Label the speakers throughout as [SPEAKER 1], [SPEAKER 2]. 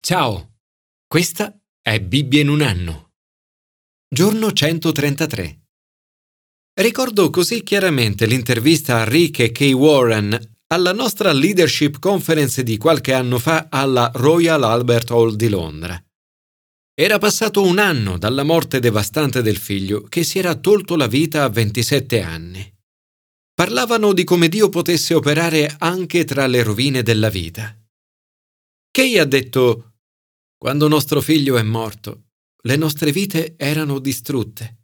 [SPEAKER 1] Ciao, questa è Bibbia in un anno. Giorno 133. Ricordo così chiaramente l'intervista a Rick e Kay Warren alla nostra Leadership Conference di qualche anno fa alla Royal Albert Hall di Londra. Era passato un anno dalla morte devastante del figlio che si era tolto la vita a 27 anni. Parlavano di come Dio potesse operare anche tra le rovine della vita. Kay ha detto: quando nostro figlio è morto, le nostre vite erano distrutte.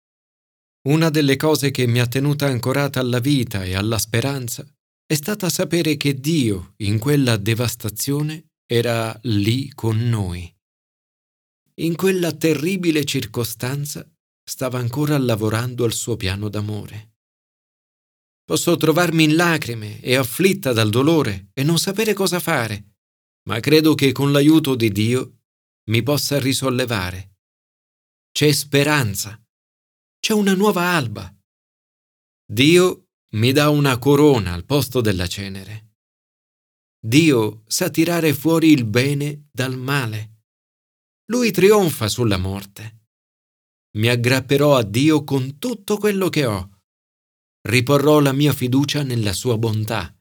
[SPEAKER 1] Una delle cose che mi ha tenuta ancorata alla vita e alla speranza è stata sapere che Dio, in quella devastazione, era lì con noi. In quella terribile circostanza stava ancora lavorando al suo piano d'amore. Posso trovarmi in lacrime e afflitta dal dolore e non sapere cosa fare, ma credo che con l'aiuto di Dio mi possa risollevare. C'è speranza. C'è una nuova alba. Dio mi dà una corona al posto della cenere. Dio sa tirare fuori il bene dal male. Lui trionfa sulla morte. Mi aggrapperò a Dio con tutto quello che ho. Riporrò la mia fiducia nella sua bontà.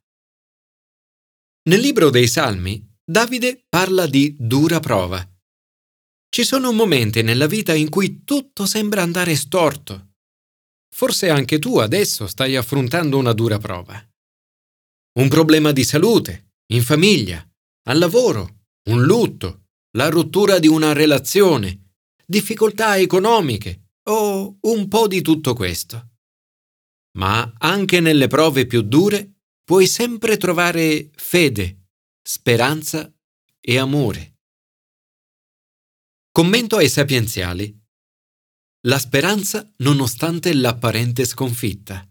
[SPEAKER 1] Nel libro dei Salmi, Davide parla di dura prova. Ci sono momenti nella vita in cui tutto sembra andare storto. Forse anche tu adesso stai affrontando una dura prova. Un problema di salute, in famiglia, al lavoro, un lutto, la rottura di una relazione, difficoltà economiche o un po' di tutto questo. Ma anche nelle prove più dure puoi sempre trovare fede, speranza e amore. Commento ai sapienziali. La speranza nonostante l'apparente sconfitta.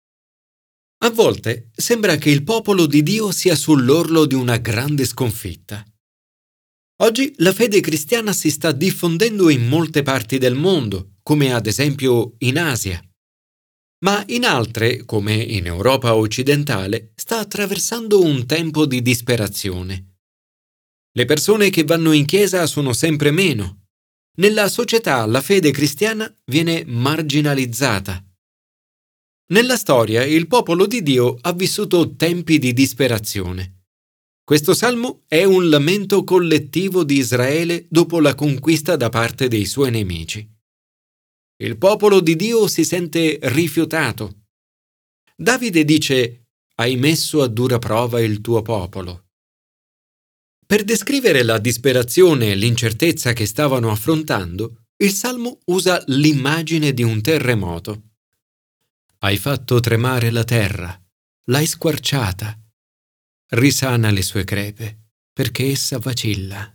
[SPEAKER 1] A volte sembra che il popolo di Dio sia sull'orlo di una grande sconfitta. Oggi la fede cristiana si sta diffondendo in molte parti del mondo, come ad esempio in Asia. Ma in altre, come in Europa occidentale, sta attraversando un tempo di disperazione. Le persone che vanno in chiesa sono sempre meno. Nella società la fede cristiana viene marginalizzata. Nella storia il popolo di Dio ha vissuto tempi di disperazione. Questo salmo è un lamento collettivo di Israele dopo la conquista da parte dei suoi nemici. Il popolo di Dio si sente rifiutato. Davide dice: «Hai messo a dura prova il tuo popolo». Per descrivere la disperazione e l'incertezza che stavano affrontando, il Salmo usa l'immagine di un terremoto. Hai fatto tremare la terra, l'hai squarciata. Risana le sue crepe, perché essa vacilla.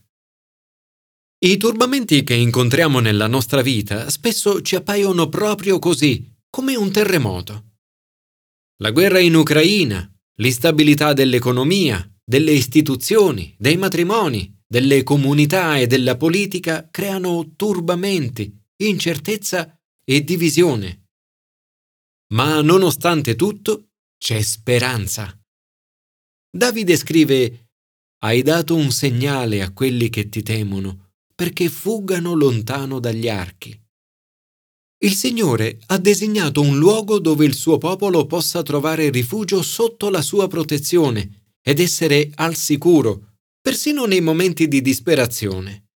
[SPEAKER 1] I turbamenti che incontriamo nella nostra vita spesso ci appaiono proprio così, come un terremoto. La guerra in Ucraina, l'instabilità dell'economia, delle istituzioni, dei matrimoni, delle comunità e della politica creano turbamenti, incertezza e divisione. Ma nonostante tutto, c'è speranza. Davide scrive: «Hai dato un segnale a quelli che ti temono, perché fuggano lontano dagli archi». Il Signore ha designato un luogo dove il suo popolo possa trovare rifugio sotto la sua protezione ed essere al sicuro, persino nei momenti di disperazione.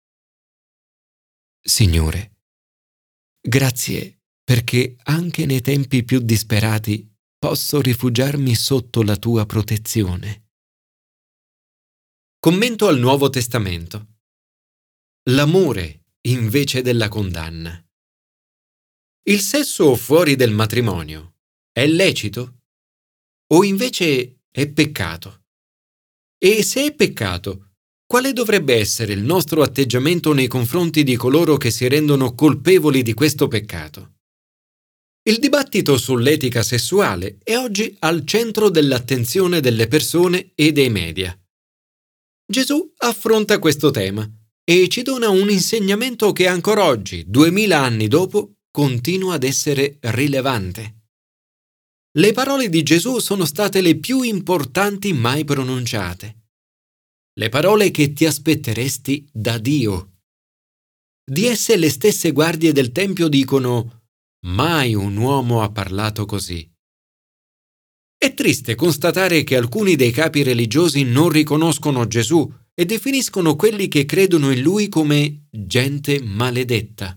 [SPEAKER 1] Signore, grazie perché anche nei tempi più disperati posso rifugiarmi sotto la tua protezione. Commento al Nuovo Testamento. L'amore invece della condanna. Il sesso fuori del matrimonio è lecito? O invece è peccato? E se è peccato, quale dovrebbe essere il nostro atteggiamento nei confronti di coloro che si rendono colpevoli di questo peccato? Il dibattito sull'etica sessuale è oggi al centro dell'attenzione delle persone e dei media. Gesù affronta questo tema e ci dona un insegnamento che ancora oggi, 2000 anni dopo, continua ad essere rilevante. Le parole di Gesù sono state le più importanti mai pronunciate. le parole che ti aspetteresti da Dio. Di esse le stesse guardie del Tempio dicono: mai un uomo ha parlato così. È triste constatare che alcuni dei capi religiosi non riconoscono Gesù e definiscono quelli che credono in lui come gente maledetta.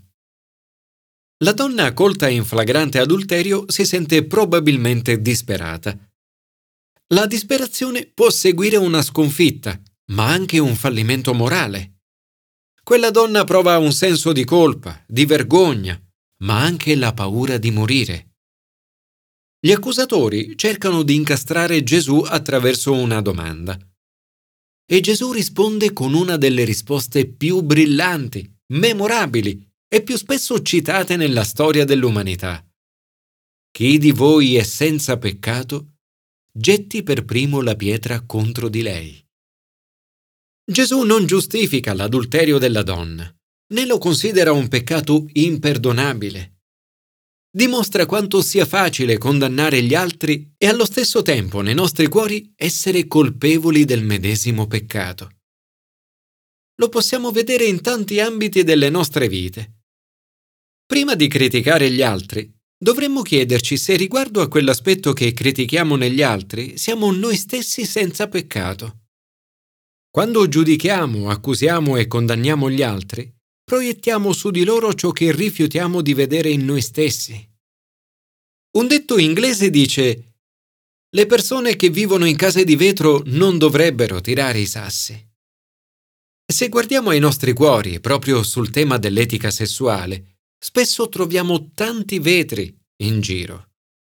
[SPEAKER 1] La donna colta in flagrante adulterio si sente probabilmente disperata. La disperazione può seguire una sconfitta, ma anche un fallimento morale. Quella donna prova un senso di colpa, di vergogna, ma anche la paura di morire. Gli accusatori cercano di incastrare Gesù attraverso una domanda. E Gesù risponde con una delle risposte più brillanti, memorabili e più spesso citate nella storia dell'umanità. Chi di voi è senza peccato, getti per primo la pietra contro di lei. Gesù non giustifica l'adulterio della donna, né lo considera un peccato imperdonabile. Dimostra quanto sia facile condannare gli altri e allo stesso tempo nei nostri cuori essere colpevoli del medesimo peccato. Lo possiamo vedere in tanti ambiti delle nostre vite. Prima di criticare gli altri, dovremmo chiederci se riguardo a quell'aspetto che critichiamo negli altri siamo noi stessi senza peccato. Quando giudichiamo, accusiamo e condanniamo gli altri, proiettiamo su di loro ciò che rifiutiamo di vedere in noi stessi. Un detto inglese dice: le persone che vivono in case di vetro non dovrebbero tirare i sassi. Se guardiamo ai nostri cuori, proprio sul tema dell'etica sessuale, spesso troviamo tanti vetri in giro.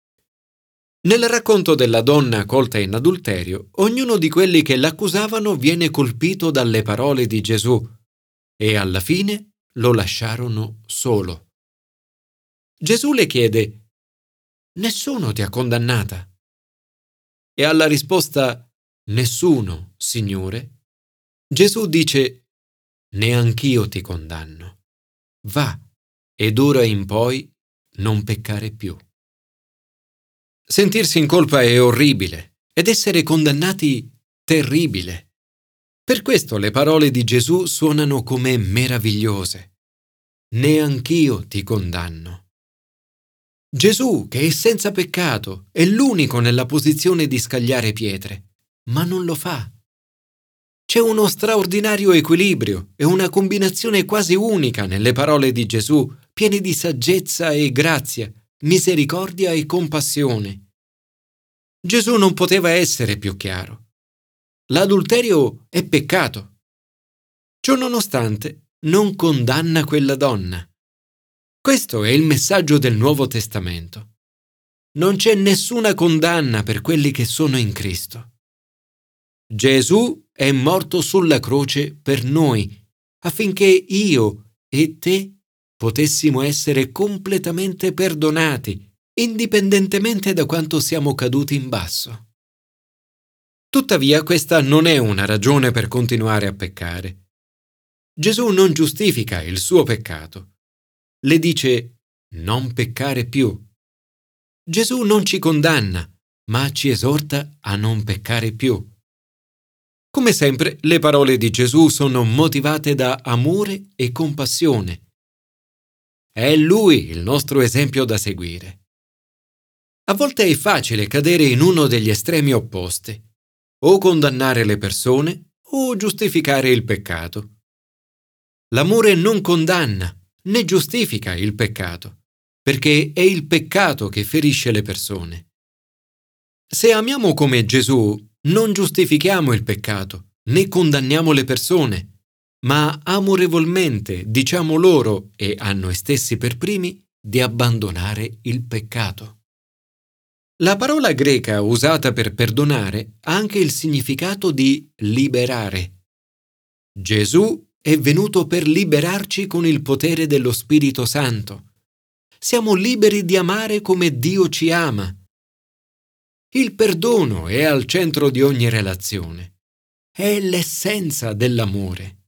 [SPEAKER 1] Nel racconto della donna colta in adulterio, ognuno di quelli che l'accusavano viene colpito dalle parole di Gesù e alla fine lo lasciarono solo. Gesù le chiede: nessuno ti ha condannata? E alla risposta: nessuno, Signore, Gesù dice: neanch'io ti condanno. Va, e d'ora in poi non peccare più. Sentirsi in colpa è orribile ed essere condannati terribile. Per questo le parole di Gesù suonano come meravigliose. Neanch'io ti condanno. Gesù, che è senza peccato, è l'unico nella posizione di scagliare pietre, ma non lo fa. C'è uno straordinario equilibrio e una combinazione quasi unica nelle parole di Gesù, piene di saggezza e grazia, misericordia e compassione. Gesù non poteva essere più chiaro. L'adulterio è peccato. Ciononostante, non condanna quella donna. Questo è il messaggio del Nuovo Testamento. Non c'è nessuna condanna per quelli che sono in Cristo. Gesù è morto sulla croce per noi, affinché io e te potessimo essere completamente perdonati, indipendentemente da quanto siamo caduti in basso. Tuttavia, questa non è una ragione per continuare a peccare. Gesù non giustifica il suo peccato. Le dice: non peccare più. Gesù non ci condanna, ma ci esorta a non peccare più. Come sempre, le parole di Gesù sono motivate da amore e compassione. È Lui il nostro esempio da seguire. A volte è facile cadere in uno degli estremi opposti, o condannare le persone o giustificare il peccato. L'amore non condanna né giustifica il peccato, perché è il peccato che ferisce le persone. Se amiamo come Gesù, non giustifichiamo il peccato, né condanniamo le persone, ma amorevolmente diciamo loro e a noi stessi per primi di abbandonare il peccato. La parola greca usata per perdonare ha anche il significato di liberare. Gesù è venuto per liberarci con il potere dello Spirito Santo. Siamo liberi di amare come Dio ci ama. Il perdono è al centro di ogni relazione. È l'essenza dell'amore.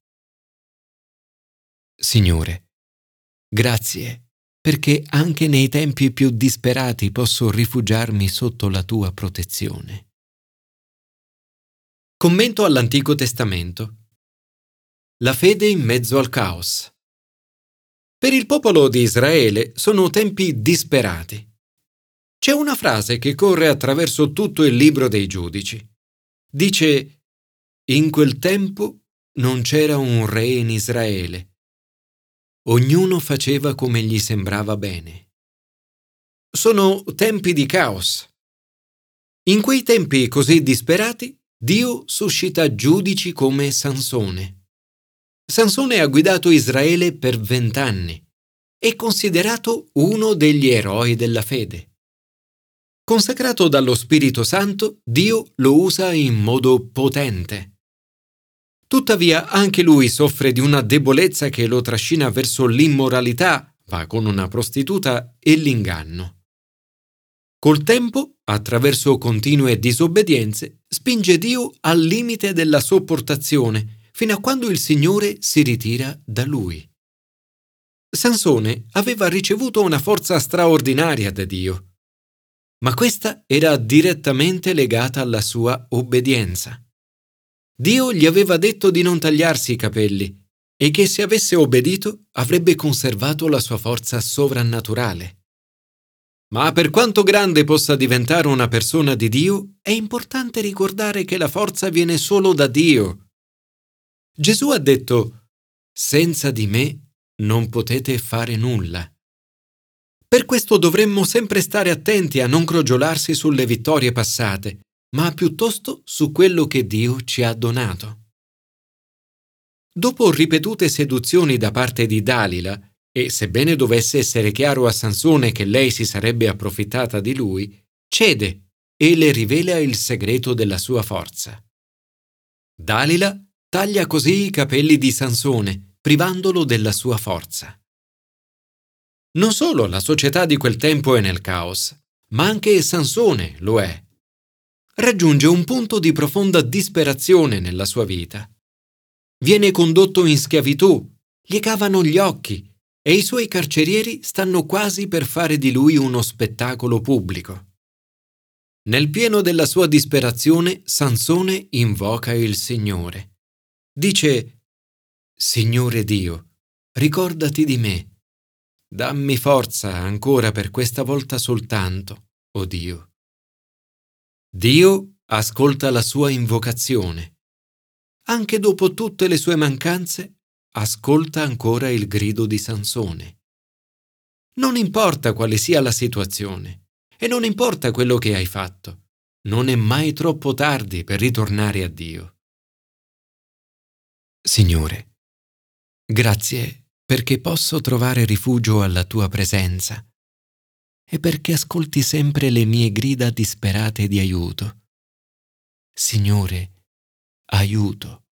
[SPEAKER 1] Signore, grazie, perché anche nei tempi più disperati posso rifugiarmi sotto la tua protezione. Commento all'Antico Testamento. La fede in mezzo al caos. Per il popolo di Israele sono tempi disperati. C'è una frase che corre attraverso tutto il libro dei Giudici. Dice: in quel tempo non c'era un re in Israele. Ognuno faceva come gli sembrava bene. Sono tempi di caos. In quei tempi così disperati, Dio suscita giudici come Sansone. Sansone ha guidato Israele per 20 anni. È considerato uno degli eroi della fede. Consacrato dallo Spirito Santo, Dio lo usa in modo potente. Tuttavia, anche lui soffre di una debolezza che lo trascina verso l'immoralità, va con una prostituta e l'inganno. Col tempo, attraverso continue disobbedienze, spinge Dio al limite della sopportazione, fino a quando il Signore si ritira da lui. Sansone aveva ricevuto una forza straordinaria da Dio, ma questa era direttamente legata alla sua obbedienza. Dio gli aveva detto di non tagliarsi i capelli e che se avesse obbedito avrebbe conservato la sua forza sovrannaturale. Ma per quanto grande possa diventare una persona di Dio, è importante ricordare che la forza viene solo da Dio. Gesù ha detto: senza di me non potete fare nulla. Per questo dovremmo sempre stare attenti a non crogiolarsi sulle vittorie passate, ma piuttosto su quello che Dio ci ha donato. Dopo ripetute seduzioni da parte di Dalila, e sebbene dovesse essere chiaro a Sansone che lei si sarebbe approfittata di lui, cede e le rivela il segreto della sua forza. Dalila taglia così i capelli di Sansone, privandolo della sua forza. Non solo la società di quel tempo è nel caos, ma anche Sansone lo è. Raggiunge un punto di profonda disperazione nella sua vita. Viene condotto in schiavitù, gli cavano gli occhi e i suoi carcerieri stanno quasi per fare di lui uno spettacolo pubblico. Nel pieno della sua disperazione, Sansone invoca il Signore. Dice: Signore Dio, ricordati di me. Dammi forza ancora per questa volta soltanto, o Dio. Dio ascolta la sua invocazione. Anche dopo tutte le sue mancanze, ascolta ancora il grido di Sansone. Non importa quale sia la situazione e non importa quello che hai fatto, non è mai troppo tardi per ritornare a Dio. Signore, grazie perché posso trovare rifugio alla tua presenza e perché ascolti sempre le mie grida disperate di aiuto. Signore, aiuto.